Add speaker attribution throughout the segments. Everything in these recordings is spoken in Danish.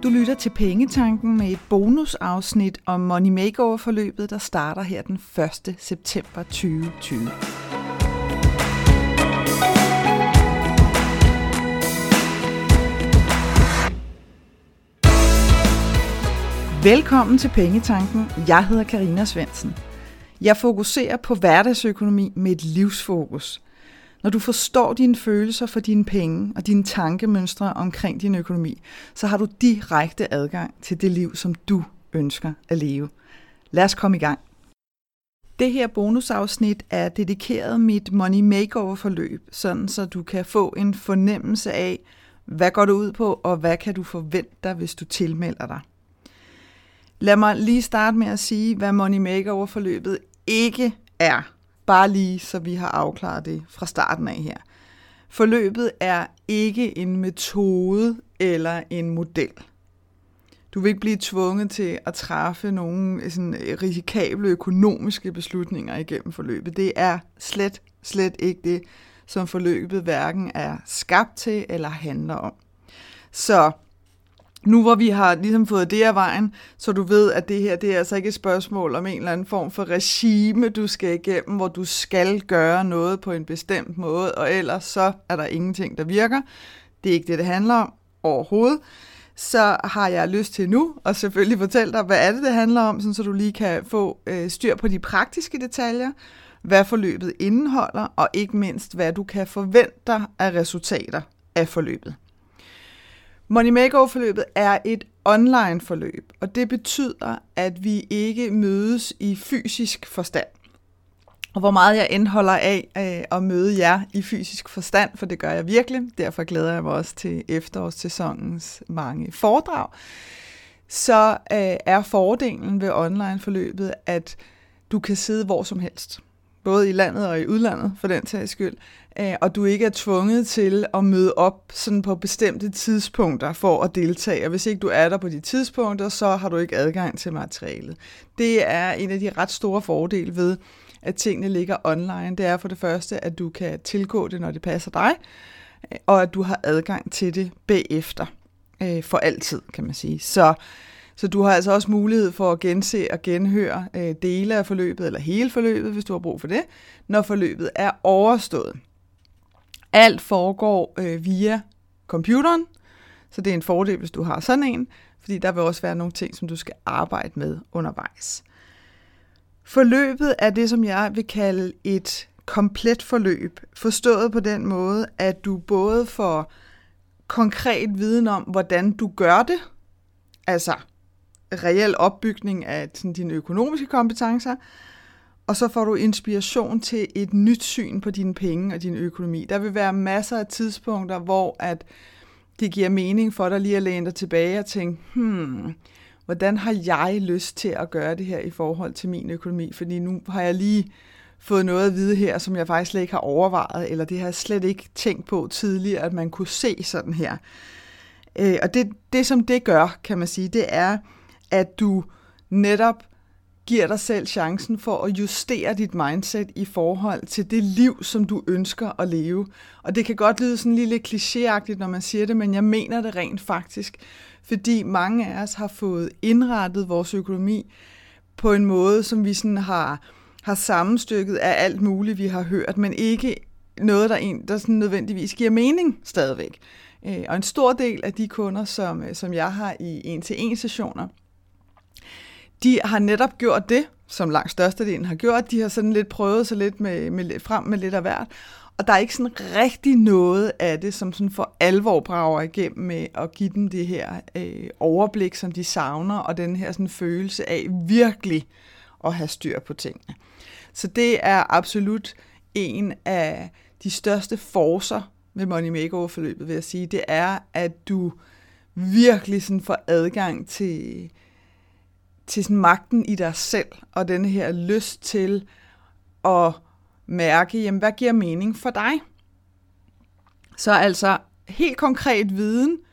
Speaker 1: Du lytter til Pengetanken med et bonusafsnit om Money Makeover-forløbet, der starter her den 1. september 2020. Velkommen til Pengetanken. Jeg hedder Karina Svendsen. Jeg fokuserer på hverdagsøkonomi med et livsfokus. Når du forstår dine følelser for dine penge og dine tankemønstre omkring din økonomi, så har du direkte adgang til det liv, som du ønsker at leve. Lad os komme i gang. Det her bonusafsnit er dedikeret mit Money Makeover-forløb, sådan så du kan få en fornemmelse af, hvad går det ud på, og hvad kan du forvente dig, hvis du tilmelder dig. Lad mig lige starte med at sige, hvad Money Makeover-forløbet ikke er. Bare lige, så vi har afklaret det fra starten af her. Forløbet er ikke en metode eller en model. Du vil ikke blive tvunget til at træffe nogle sådan risikable økonomiske beslutninger igennem forløbet. Det er slet ikke det, som forløbet hverken er skabt til eller handler om. Så nu hvor vi har ligesom fået det af vejen, så du ved, at det her det er altså ikke et spørgsmål om en eller anden form for regime, du skal igennem, hvor du skal gøre noget på en bestemt måde, og ellers så er der ingenting, der virker. Det er ikke det handler om overhovedet. Så har jeg lyst til nu at selvfølgelig fortælle dig, hvad er det handler om, så du lige kan få styr på de praktiske detaljer, hvad forløbet indeholder, og ikke mindst, hvad du kan forvente dig af resultater af forløbet. Money Makeover-forløbet er et online-forløb, og det betyder, at vi ikke mødes i fysisk forstand. Og hvor meget jeg indholder af at møde jer i fysisk forstand, for det gør jeg virkelig, derfor glæder jeg mig også til efterårssæsonens mange foredrag, så er fordelen ved online-forløbet, at du kan sidde hvor som helst. Både i landet og i udlandet, for den sags skyld, og du ikke er tvunget til at møde op sådan på bestemte tidspunkter for at deltage. Og hvis ikke du er der på de tidspunkter, så har du ikke adgang til materialet. Det er en af de ret store fordele ved, at tingene ligger online. Det er for det første, at du kan tilgå det, når det passer dig, og at du har adgang til det bagefter, for altid, kan man sige. Så du har altså også mulighed for at gense og genhøre dele af forløbet, eller hele forløbet, hvis du har brug for det, når forløbet er overstået. Alt foregår via computeren, så det er en fordel, hvis du har sådan en, fordi der vil også være nogle ting, som du skal arbejde med undervejs. Forløbet er det, som jeg vil kalde et komplet forløb, forstået på den måde, at du både får konkret viden om, hvordan du gør det, altså reel opbygning af sådan, dine økonomiske kompetencer, og så får du inspiration til et nyt syn på dine penge og din økonomi. Der vil være masser af tidspunkter, hvor at det giver mening for dig lige at læne dig tilbage og tænke, hvordan har jeg lyst til at gøre det her i forhold til min økonomi? Fordi nu har jeg lige fået noget at vide her, som jeg faktisk slet ikke har overvejet, eller det har jeg slet ikke tænkt på tidligere, at man kunne se sådan her. Og det som det gør, kan man sige, det er, at du netop giver dig selv chancen for at justere dit mindset i forhold til det liv, som du ønsker at leve. Og det kan godt lyde sådan lidt klichéagtigt, når man siger det, men jeg mener det rent faktisk, fordi mange af os har fået indrettet vores økonomi på en måde, som vi sådan har sammenstykket af alt muligt, vi har hørt, men ikke noget, der sådan nødvendigvis giver mening stadigvæk. Og en stor del af de kunder, som jeg har i 1-til-1 sessioner, de har netop gjort det, som langt størstedelen har gjort. De har sådan lidt prøvet sig lidt frem med lidt af hvert. Og der er ikke sådan rigtig noget af det, som sådan for alvor brager igennem med at give dem det her overblik, som de savner, og den her sådan følelse af virkelig at have styr på tingene. Så det er absolut en af de største forcer med Money Makeover-forløbet, vil jeg sige. Det er, at du virkelig sådan får adgang til sådan magten i dig selv, og denne her lyst til at mærke, jamen, hvad giver mening for dig? Så altså helt konkret viden,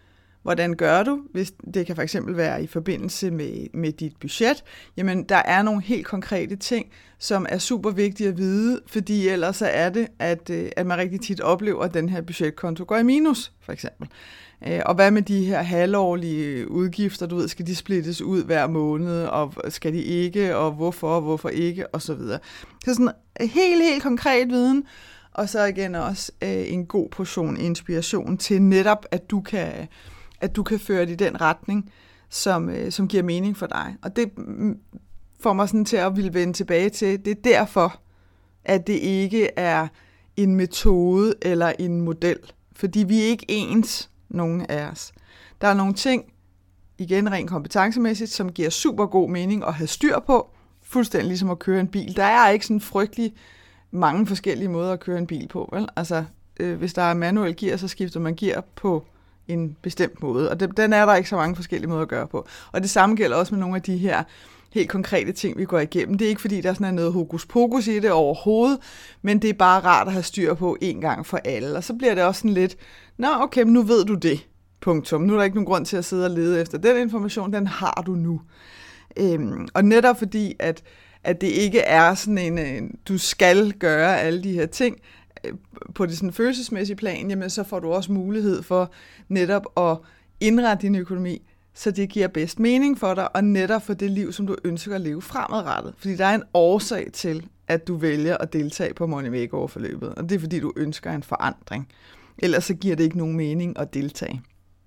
Speaker 1: Hvordan gør du? Hvis det kan for eksempel være i forbindelse med dit budget. Jamen, der er nogle helt konkrete ting, som er super vigtige at vide, fordi ellers så er det, at man rigtig tit oplever, at den her budgetkonto går i minus, for eksempel. Og hvad med de her halvårlige udgifter, du ved, skal de splittes ud hver måned, og skal de ikke, og hvorfor ikke, og så videre. Så sådan helt konkret viden, og så igen også en god portion inspiration til netop, at du kan føre det i den retning, som giver mening for dig. Og det får mig sådan til at ville vende tilbage til, det er derfor, at det ikke er en metode eller en model, fordi vi er ikke ens, nogen af os. Der er nogle ting, igen rent kompetencemæssigt, som giver super god mening at have styr på, fuldstændig ligesom at køre en bil. Der er ikke sådan frygtelig mange forskellige måder at køre en bil på, vel? Altså, hvis der er manuel gear, så skifter man gear på en bestemt måde, og den er der ikke så mange forskellige måder at gøre på. Og det samme gælder også med nogle af de her helt konkrete ting, vi går igennem. Det er ikke, fordi der sådan er noget hokus pokus i det overhovedet, men det er bare rart at have styr på en gang for alle. Og så bliver det også sådan lidt, okay, men nu ved du det, punktum. Nu er der ikke nogen grund til at sidde og lede efter den information, den har du nu. Og netop fordi, at det ikke er sådan en, du skal gøre alle de her ting, på det sådan følelsesmæssige plan, jamen så får du også mulighed for netop at indrette din økonomi, så det giver bedst mening for dig, og netop for det liv, som du ønsker at leve fremadrettet. Fordi der er en årsag til, at du vælger at deltage på Money Makeover-forløbet, og det er fordi, du ønsker en forandring. Ellers så giver det ikke nogen mening at deltage.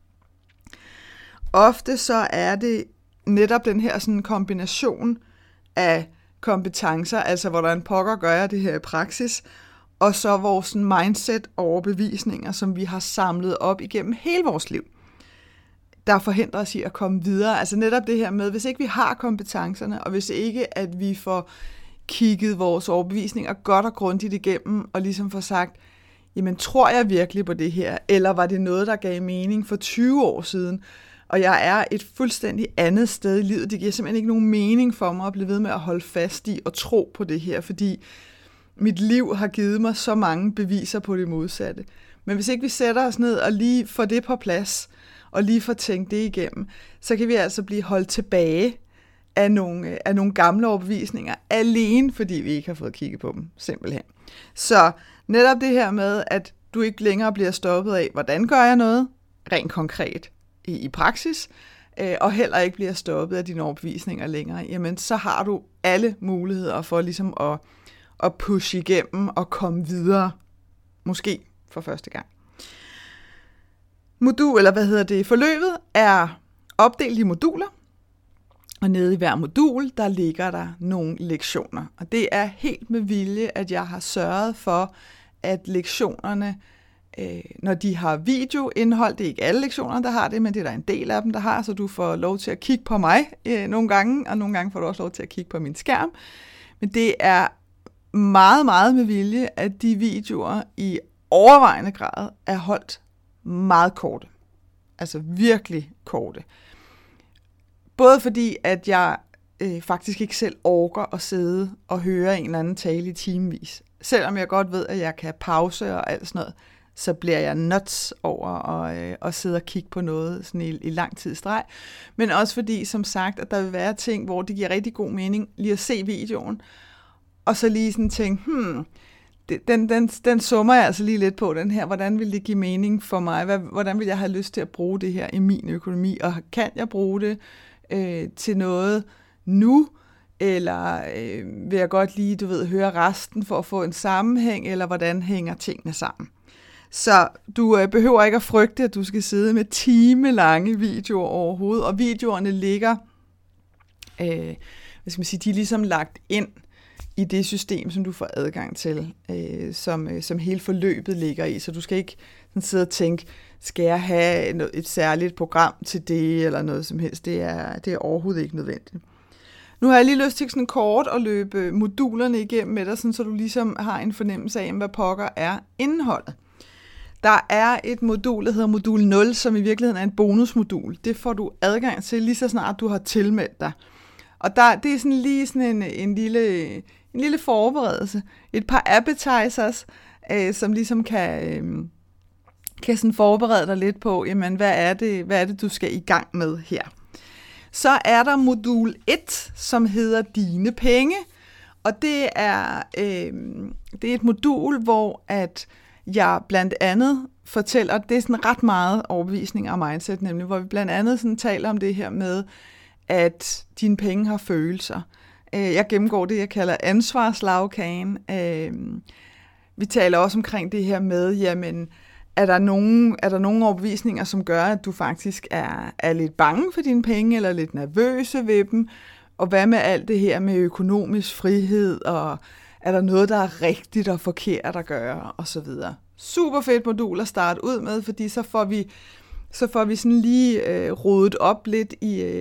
Speaker 1: Ofte så er det netop den her sådan kombination af kompetencer, altså hvor der er en pokker gør jeg det her i praksis, og så vores sådan mindset og overbevisninger, som vi har samlet op igennem hele vores liv, der forhindrer os i at komme videre. Altså netop det her med, hvis ikke vi har kompetencerne, og hvis ikke at vi får kigget vores overbevisninger godt og grundigt igennem, og ligesom får sagt, jamen tror jeg virkelig på det her, eller var det noget, der gav mening for 20 år siden, og jeg er et fuldstændig andet sted i livet. Det giver simpelthen ikke nogen mening for mig at blive ved med at holde fast i og tro på det her, fordi mit liv har givet mig så mange beviser på det modsatte. Men hvis ikke vi sætter os ned og lige får det på plads, og lige får tænkt det igennem, så kan vi altså blive holdt tilbage af nogle gamle overbevisninger, alene fordi vi ikke har fået kigget på dem, simpelthen. Så netop det her med, at du ikke længere bliver stoppet af, hvordan gør jeg noget, rent konkret i praksis, og heller ikke bliver stoppet af dine overbevisninger længere, jamen så har du alle muligheder for ligesom at pushe igennem og komme videre, måske for første gang. Forløbet er opdelt i moduler, og nede i hver modul, der ligger der nogle lektioner. Og det er helt med vilje, at jeg har sørget for, at lektionerne, når de har videoindhold, det er ikke alle lektioner, der har det, men det er der en del af dem, der har, så du får lov til at kigge på mig nogle gange, og nogle gange får du også lov til at kigge på min skærm. Men det er meget, meget med vilje, at de videoer i overvejende grad er holdt meget korte. Altså virkelig korte. Både fordi, at jeg faktisk ikke selv orker at sidde og høre en eller anden tale i timevis. Selvom jeg godt ved, at jeg kan pause og alt sådan noget, så bliver jeg nuts over at sidde og kigge på noget sådan i lang tid streg. Men også fordi, som sagt, at der vil være ting, hvor det giver rigtig god mening lige at se videoen, og så lige sådan tænke, den summer jeg altså lige lidt på, den her. Hvordan vil det give mening for mig? Hvordan vil jeg have lyst til at bruge det her i min økonomi? Og kan jeg bruge det til noget nu? Eller vil jeg godt lige, høre resten for at få en sammenhæng? Eller hvordan hænger tingene sammen? Så du behøver ikke at frygte, at du skal sidde med timelange videoer overhovedet. Og videoerne ligger, de er ligesom lagt ind i det system, som du får adgang til, som hele forløbet ligger i. Så du skal ikke sådan sidde og tænke, skal jeg have et særligt program til det, eller noget som helst. Det er overhovedet ikke nødvendigt. Nu har jeg lige lyst til sådan kort at løbe modulerne igennem med dig, sådan, så du ligesom har en fornemmelse af, hvad pokker er indholdet. Der er et modul, der hedder modul 0, som i virkeligheden er en bonusmodul. Det får du adgang til lige så snart du har tilmeldt dig. Og det er sådan lige sådan en lille forberedelse. Et par appetizers, som ligesom kan kan sådan forberede dig lidt på, jamen, hvad er det, du skal i gang med her. Så er der modul 1, som hedder Dine penge, og det er et modul, hvor at jeg blandt andet fortæller, det er sådan ret meget overbevisning og mindset, nemlig hvor vi blandt andet sådan taler om det her med, at dine penge har følelser. Jeg gennemgår det, jeg kalder ansvarslagkagen. Vi taler også omkring det her med, jamen, er der nogle overbevisninger, som gør, at du faktisk er lidt bange for dine penge, eller lidt nervøse ved dem? Og hvad med alt det her med økonomisk frihed, og er der noget, der er rigtigt og forkert at gøre, og så videre. Super fedt modul at starte ud med, fordi så får vi sådan lige rodet op lidt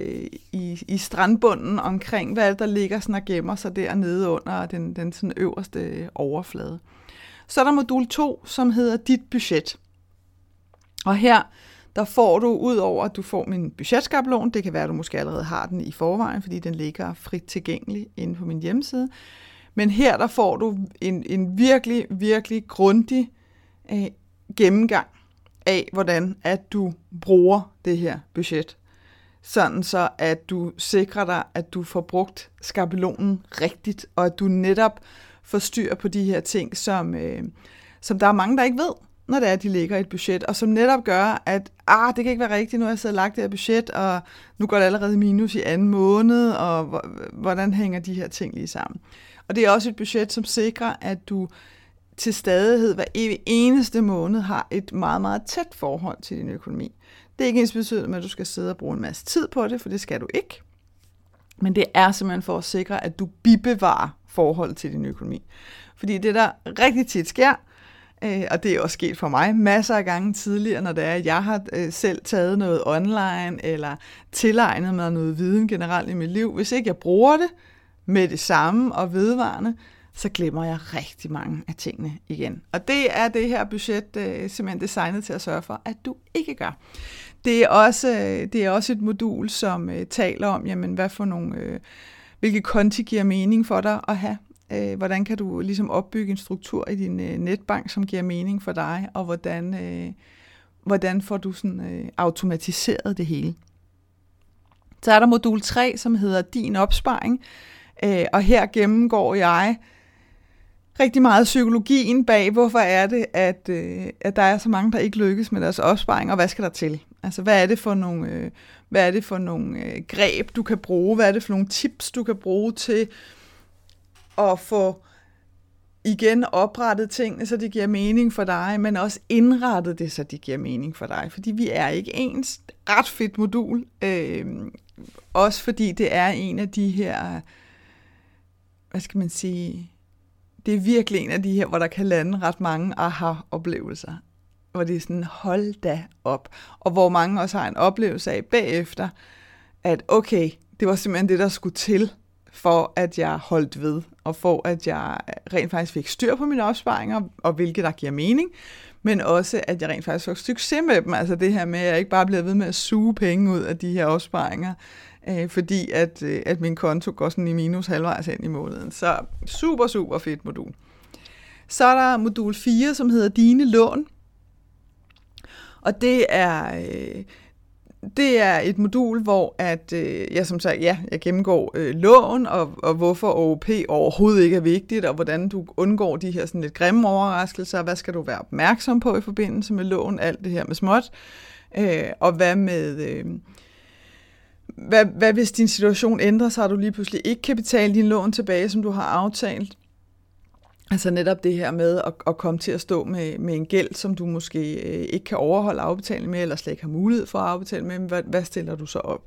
Speaker 1: i strandbunden omkring, hvad der ligger sådan og gemmer sig dernede under den sådan øverste overflade. Så er der modul 2, som hedder Dit budget. Og her, der får du, ud over at du får min budgetskabelon, det kan være, at du måske allerede har den i forvejen, fordi den ligger frit tilgængelig inde på min hjemmeside. Men her, der får du en virkelig, virkelig grundig gennemgang af, hvordan at du bruger det her budget. Sådan så, at du sikrer dig, at du får brugt skabelonen rigtigt, og at du netop får styr på de her ting, som der er mange, der ikke ved, når det er, at de ligger i et budget, og som netop gør, at det kan ikke være rigtigt, nu har jeg siddet og lagt det her budget, og nu går det allerede minus i anden måned, og hvordan hænger de her ting lige sammen. Og det er også et budget, som sikrer, at du til stadighed hver eneste måned har et meget, meget tæt forhold til din økonomi. Det er ikke ensbetydende med, at du skal sidde og bruge en masse tid på det, for det skal du ikke. Men det er simpelthen for at sikre, at du bibevarer forholdet til din økonomi. Fordi det, der rigtig tit sker, og det er også sket for mig masser af gange tidligere, når det er, at jeg har selv taget noget online, eller tilegnet mig noget viden generelt i mit liv. Hvis ikke jeg bruger det med det samme og vedvarende, så glemmer jeg rigtig mange af tingene igen. Og det er det her budget simpelthen designet til at sørge for, at du ikke gør. Det er også et modul, som taler om, jamen, hvad for nogle, hvilke konti giver mening for dig at have. Hvordan kan du ligesom opbygge en struktur i din netbank, som giver mening for dig, og hvordan får du sådan automatiseret det hele. Så er der modul 3, som hedder Din opsparing, og her gennemgår jeg rigtig meget psykologien bag, hvorfor er det, at der er så mange, der ikke lykkes med deres opsparing, og hvad skal der til? Altså, hvad er det for nogle greb, du kan bruge? Hvad er det for nogle tips, du kan bruge til at få igen oprettet tingene, så det giver mening for dig, men også indrettet det, så det giver mening for dig? Fordi vi er ikke ens. Ret fedt modul. Også fordi det er en af de her, hvad skal man sige, det er virkelig en af de her, hvor der kan lande ret mange aha-oplevelser. Hvor det er sådan, hold da op. Og hvor mange også har en oplevelse af bagefter, at okay, det var simpelthen det, der skulle til, for at jeg holdt ved, og for at jeg rent faktisk fik styr på mine opsparinger, og hvilket der giver mening, men også at jeg rent faktisk fik succes med dem. Altså det her med, at jeg ikke bare bliver ved med at suge penge ud af de her opsparinger, fordi at min konto går sådan i minus halvvejs ind i måneden. Så super, super fedt modul. Så er der modul 4, som hedder Dine lån. Og det er et modul, hvor jeg gennemgår lån, og hvorfor OOP overhovedet ikke er vigtigt, og hvordan du undgår de her sådan lidt grimme overraskelser, hvad skal du være opmærksom på i forbindelse med lån, alt det her med småt, og hvad med... Hvad hvis din situation ændrer sig, og du lige pludselig ikke kan betale din lån tilbage, som du har aftalt? Altså netop det her med at komme til at stå med en gæld, som du måske ikke kan overholde afbetaling med, eller slet ikke har mulighed for at afbetale med, hvad stiller du så op?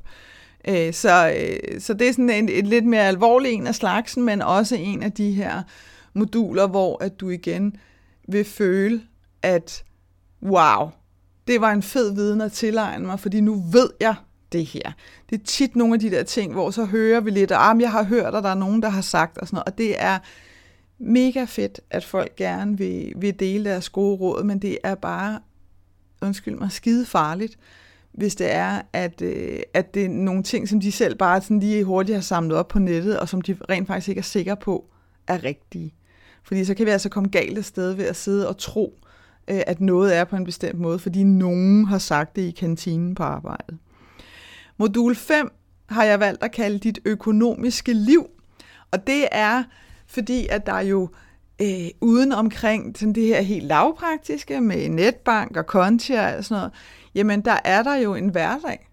Speaker 1: Så det er sådan en lidt mere alvorlig en af slagsen, men også en af de her moduler, hvor at du igen vil føle, at wow, det var en fed viden at tilegne mig, fordi nu ved jeg det her. Det er tit nogle af de der ting, hvor så hører vi lidt, jeg har hørt, og der er nogen, der har sagt, og sådan noget, og det er mega fedt, at folk gerne vil dele deres gode råd, men det er bare, undskyld mig, skide farligt, hvis det er, at det er nogle ting, som de selv bare sådan lige hurtigt har samlet op på nettet, og som de rent faktisk ikke er sikre på, er rigtige. Fordi så kan vi altså komme galt af sted ved at sidde og tro, at noget er på en bestemt måde, fordi nogen har sagt det i kantinen på arbejdet. Modul 5 har jeg valgt at kalde dit økonomiske liv, og det er fordi, at der jo uden omkring sådan det her helt lavpraktiske med netbank og konti og sådan noget, jamen der er der jo en hverdag.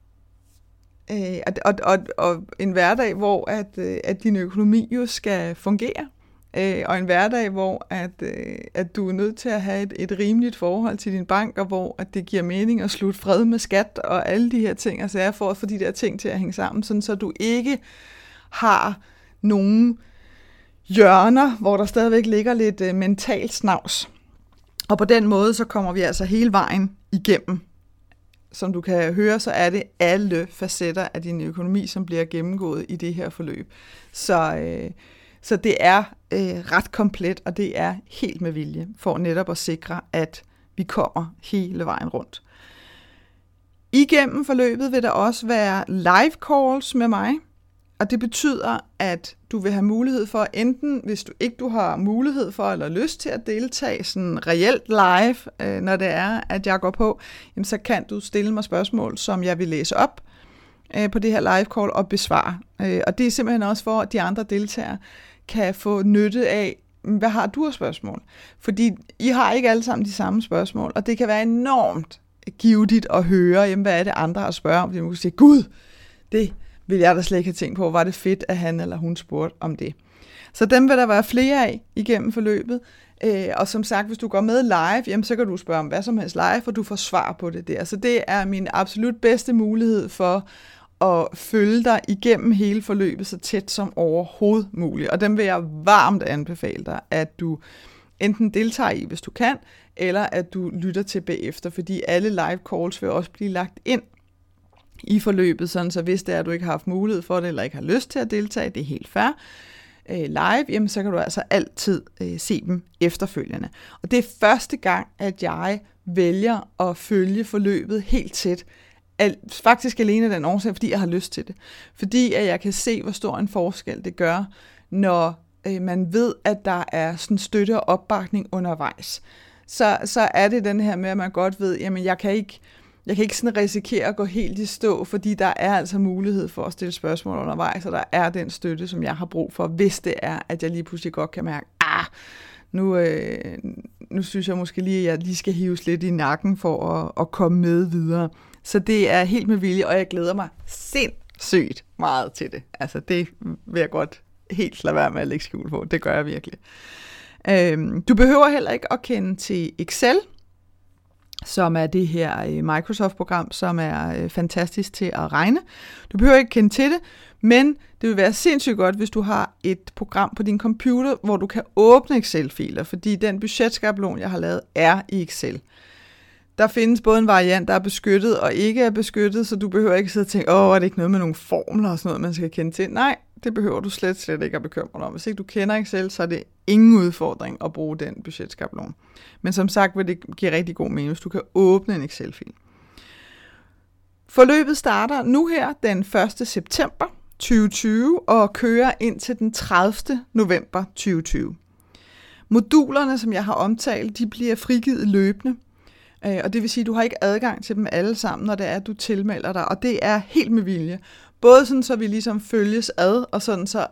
Speaker 1: Og en hverdag, hvor at din økonomi jo skal fungere. Og en hverdag, hvor at du er nødt til at have et rimeligt forhold til din bank, og hvor at det giver mening at slutte fred med skat og alle de her ting, altså er for at få de der ting til at hænge sammen, sådan så du ikke har nogen hjørner, hvor der stadigvæk ligger lidt mental snavs. Og på den måde, så kommer vi altså hele vejen igennem. Som du kan høre, så er det alle facetter af din økonomi, som bliver gennemgået i det her forløb. Så det er ret komplet, og det er helt med vilje, for netop at sikre, at vi kommer hele vejen rundt. Igennem forløbet vil der også være live calls med mig, og det betyder, at du vil have mulighed for, enten hvis du ikke har mulighed for eller lyst til at deltage sådan reelt live, når det er, at jeg går på, jamen, så kan du stille mig spørgsmål, som jeg vil læse op på det her live call og besvare. Og det er simpelthen også for, at de andre deltagere kan få nytte af, hvad har du af spørgsmål? Fordi I har ikke alle sammen de samme spørgsmål, og det kan være enormt givetigt at høre, jamen, hvad er det andre har at spørge om, fordi man kan sige, gud, det vil jeg da slet ikke have tænkt på, var det fedt, at han eller hun spurgte om det. Så dem vil der være flere af igennem forløbet, og som sagt, hvis du går med live, jamen, så kan du spørge om hvad som helst live, og du får svar på det der. Så det er min absolut bedste mulighed for at følge dig igennem hele forløbet så tæt som overhovedet muligt. Og dem vil jeg varmt anbefale dig, at du enten deltager i, hvis du kan, eller at du lytter til bagefter, fordi alle live calls vil også blive lagt ind i forløbet, sådan så hvis det er, at du ikke har haft mulighed for det, eller ikke har lyst til at deltage, det er helt fair, live, jamen så kan du altså altid se dem efterfølgende. Og det er første gang, at jeg vælger at følge forløbet helt tæt. Faktisk alene den årsag, fordi jeg har lyst til det. Fordi at jeg kan se, hvor stor en forskel det gør, når man ved, at der er sådan støtte og opbakning undervejs. Så er det den her med, at man godt ved, jamen jeg kan ikke sådan risikere at gå helt i stå, fordi der er altså mulighed for at stille spørgsmål undervejs, og der er den støtte, som jeg har brug for, hvis det er, at jeg lige pludselig godt kan mærke, nu synes jeg måske lige, at jeg lige skal hives lidt i nakken for at komme med videre. Så det er helt med vilje, og jeg glæder mig sindssygt meget til det. Altså det vil jeg godt helt lade være med at lægge skjul på. Det gør jeg virkelig. Du behøver heller ikke at kende til Excel, som er det her Microsoft-program, som er fantastisk til at regne. Du behøver ikke kende til det, men det vil være sindssygt godt, hvis du har et program på din computer, hvor du kan åbne Excel-filer, fordi den budgetskabelon, jeg har lavet, er i Excel. Der findes både en variant, der er beskyttet og ikke er beskyttet, så du behøver ikke sidde og tænke, er det ikke noget med nogle formler og sådan noget, man skal kende til? Nej, det behøver du slet ikke at bekymre dig om. Hvis ikke du kender Excel, så er det ingen udfordring at bruge den budgetskabelon. Men som sagt vil det give rigtig god mening, hvis du kan åbne en Excel-fil. Forløbet starter nu her den 1. september 2020 og kører ind til den 30. november 2020. Modulerne, som jeg har omtalt, de bliver frigivet løbende. Og det vil sige, at du har ikke adgang til dem alle sammen, når det er, at du tilmelder dig. Og det er helt med vilje. Både sådan, så vi ligesom følges ad, og sådan så,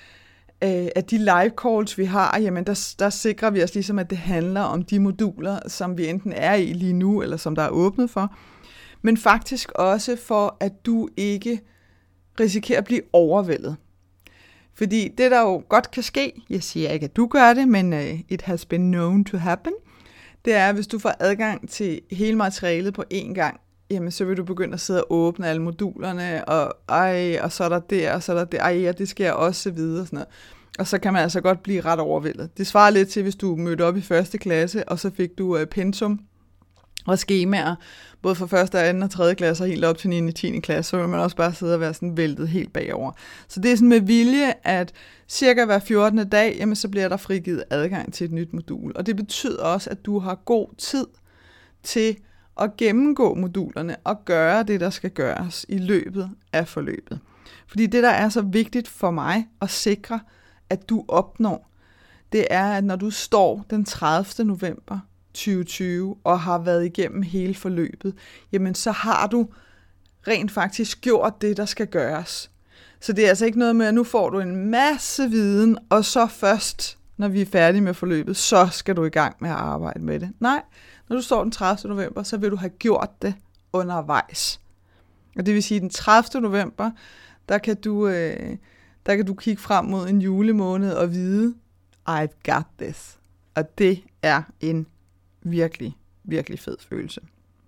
Speaker 1: at de live calls, vi har, jamen der sikrer vi os ligesom, at det handler om de moduler, som vi enten er i lige nu, eller som der er åbnet for. Men faktisk også for, at du ikke risikerer at blive overvældet. Fordi det, der jo godt kan ske, jeg siger ikke, at du gør det, men it has been known to happen, det er, at hvis du får adgang til hele materialet på én gang, jamen så vil du begynde at sidde og åbne alle modulerne, og så er der det, og så er der det, og det skal jeg også videre, og sådan noget. Og så kan man altså godt blive ret overvældet. Det svarer lidt til, hvis du mødte op i 1. klasse, og så fik du pensum og skemaer, både fra 1., 2. og 3. klasse, og helt op til 9. og 10. klasse, så vil man også bare sidde og være sådan væltet helt bagover. Så det er sådan med vilje, at cirka hver 14. dag, jamen så bliver der frigivet adgang til et nyt modul. Og det betyder også, at du har god tid til at gennemgå modulerne og gøre det, der skal gøres i løbet af forløbet. Fordi det, der er så vigtigt for mig at sikre, at du opnår, det er, at når du står den 30. november 2020 og har været igennem hele forløbet, jamen så har du rent faktisk gjort det, der skal gøres. Så det er altså ikke noget med, at nu får du en masse viden, og så først, når vi er færdige med forløbet, så skal du i gang med at arbejde med det. Nej, når du står den 30. november, så vil du have gjort det undervejs. Og det vil sige, at den 30. november, der kan du kigge frem mod en julemåned og vide, I've got this. Og det er en virkelig, virkelig fed følelse.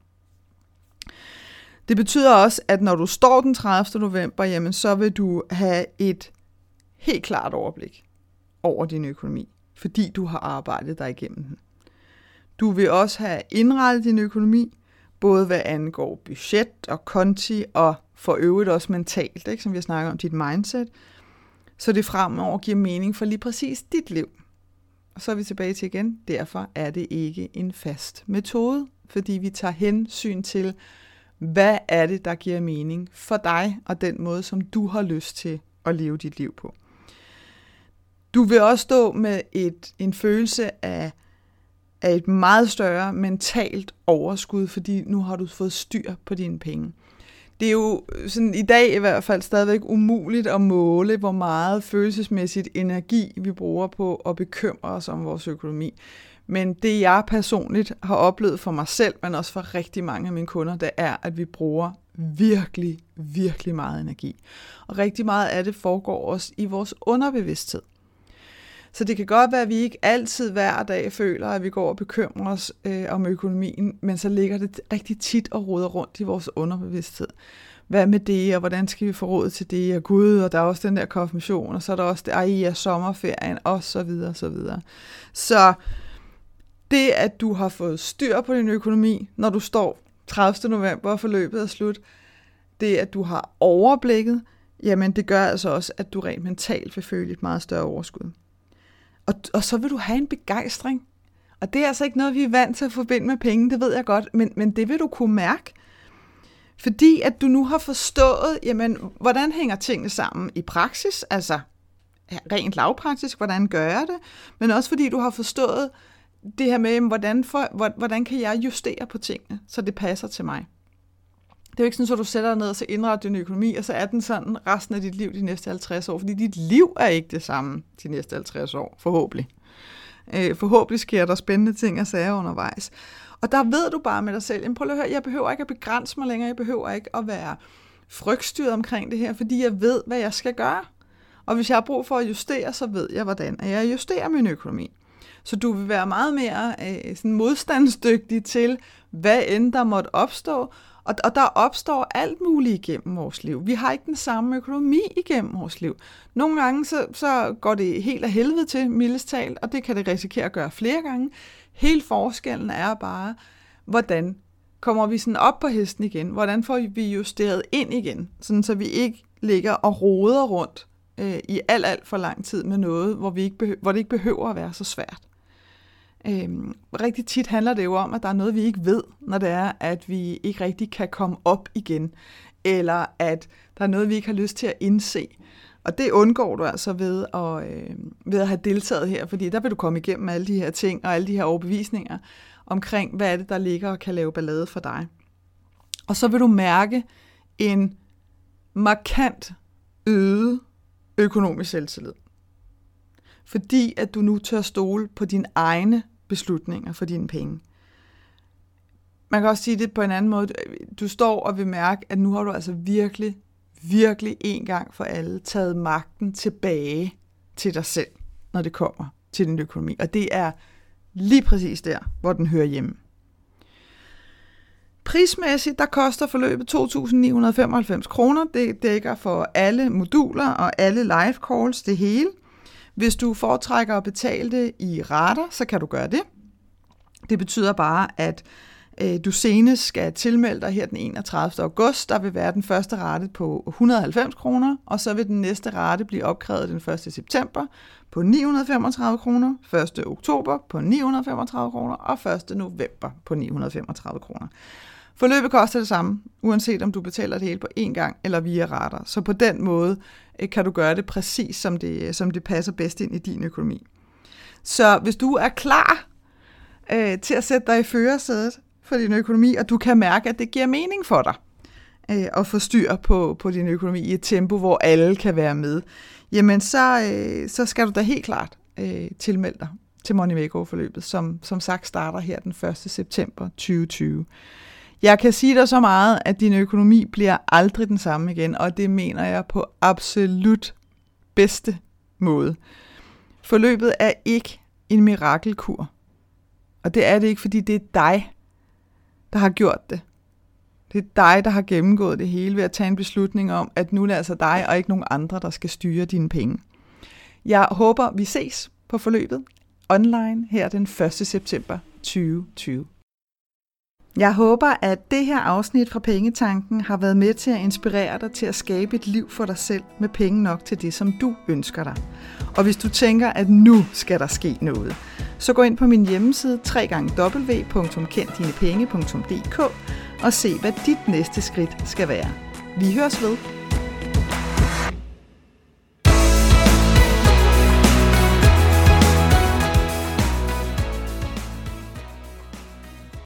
Speaker 1: Det betyder også, at når du står den 30. november, jamen så vil du have et helt klart overblik over din økonomi, fordi du har arbejdet dig igennem den. Du vil også have indrettet din økonomi, både hvad angår budget og konti, og for øvrigt også mentalt, ikke? Som vi har snakket om, dit mindset, så det fremover giver mening for lige præcis dit liv. Og så er vi tilbage til igen, derfor er det ikke en fast metode, fordi vi tager hensyn til, hvad er det, der giver mening for dig, og den måde, som du har lyst til at leve dit liv på. Du vil også stå med en følelse af et meget større mentalt overskud, fordi nu har du fået styr på dine penge. Det er jo sådan i dag i hvert fald stadigvæk umuligt at måle, hvor meget følelsesmæssigt energi vi bruger på at bekymre os om vores økonomi. Men det jeg personligt har oplevet for mig selv, men også for rigtig mange af mine kunder, det er, at vi bruger virkelig, virkelig meget energi. Og rigtig meget af det foregår også i vores underbevidsthed. Så det kan godt være, at vi ikke altid hver dag føler, at vi går og bekymrer os om økonomien, men så ligger det rigtig tit og roder rundt i vores underbevidsthed. Hvad med det, og hvordan skal vi få råd til det, og gud, og der er også den der konfirmation, og så er der også det, sommerferien, og så videre, så videre. Så det, at du har fået styr på din økonomi, når du står 30. november og forløbet er slut, det, at du har overblikket, jamen det gør altså også, at du rent mentalt vil føle et meget større overskud. Og så vil du have en begejstring. Og det er altså ikke noget, vi er vant til at forbinde med penge, det ved jeg godt, men det vil du kunne mærke. Fordi at du nu har forstået, jamen, hvordan hænger tingene sammen i praksis, altså rent lavpraktisk, hvordan gør jeg det, men også fordi du har forstået det her med, hvordan kan jeg justere på tingene, så det passer til mig. Det er jo ikke sådan, at du sætter dig ned og så indretter din økonomi, og så er den sådan resten af dit liv de næste 50 år, fordi dit liv er ikke det samme de næste 50 år, forhåbentlig. Forhåbentlig sker der spændende ting og sager undervejs. Og der ved du bare med dig selv, prøv at høre, jeg behøver ikke at begrænse mig længere, jeg behøver ikke at være frygtstyret omkring det her, fordi jeg ved, hvad jeg skal gøre. Og hvis jeg har brug for at justere, så ved jeg, hvordan jeg justerer min økonomi. Så du vil være meget mere sådan modstandsdygtig til, hvad end der måtte opstå. Og der opstår alt muligt igennem vores liv. Vi har ikke den samme økonomi igennem vores liv. Nogle gange så går det helt af helvede til, mildest talt, og det kan det risikere at gøre flere gange. Hele forskellen er bare, hvordan kommer vi sådan op på hesten igen? Hvordan får vi justeret ind igen? Sådan så vi ikke ligger og roder rundt i alt for lang tid med noget, hvor det ikke behøver at være så svært. Rigtig tit handler det jo om, at der er noget, vi ikke ved, når det er, at vi ikke rigtig kan komme op igen, eller at der er noget, vi ikke har lyst til at indse. Og det undgår du altså ved at have deltaget her, fordi der vil du komme igennem alle de her ting og alle de her overbevisninger omkring, hvad er det, der ligger og kan lave ballade for dig. Og så vil du mærke en markant øget økonomisk selvtillid. Fordi at du nu tør stole på dine egne beslutninger for dine penge. Man kan også sige det på en anden måde. Du står og vil mærke, at nu har du altså virkelig, virkelig en gang for alle taget magten tilbage til dig selv, når det kommer til din økonomi. Og det er lige præcis der, hvor den hører hjemme. Prismæssigt, der koster forløbet 2.995 kroner. Det dækker for alle moduler og alle live calls, det hele. Hvis du foretrækker at betale det i rater, så kan du gøre det. Det betyder bare, at du senest skal tilmelde dig her den 31. august. Der vil være den første rate på 190 kroner, og så vil den næste rate blive opkrævet den 1. september på 935 kroner, 1. oktober på 935 kroner og 1. november på 935 kroner. Forløbet koster det samme, uanset om du betaler det hele på én gang eller via rater. Så på den måde kan du gøre det præcis, som det passer bedst ind i din økonomi. Så hvis du er klar til at sætte dig i førersædet for din økonomi, og du kan mærke, at det giver mening for dig at få styr på din økonomi i et tempo, hvor alle kan være med, jamen så skal du da helt klart tilmelde dig til Money Makeover-forløbet, som sagt starter her den 1. september 2020. Jeg kan sige dig så meget, at din økonomi bliver aldrig den samme igen, og det mener jeg på absolut bedste måde. Forløbet er ikke en mirakelkur, og det er det ikke, fordi det er dig, der har gjort det. Det er dig, der har gennemgået det hele ved at tage en beslutning om, at nu er det altså dig og ikke nogen andre, der skal styre dine penge. Jeg håber, vi ses på forløbet online her den 1. september 2020. Jeg håber, at det her afsnit fra Pengetanken har været med til at inspirere dig til at skabe et liv for dig selv med penge nok til det, som du ønsker dig. Og hvis du tænker, at nu skal der ske noget, så gå ind på min hjemmeside www.kenddinepenge.dk og se, hvad dit næste skridt skal være. Vi høres ved.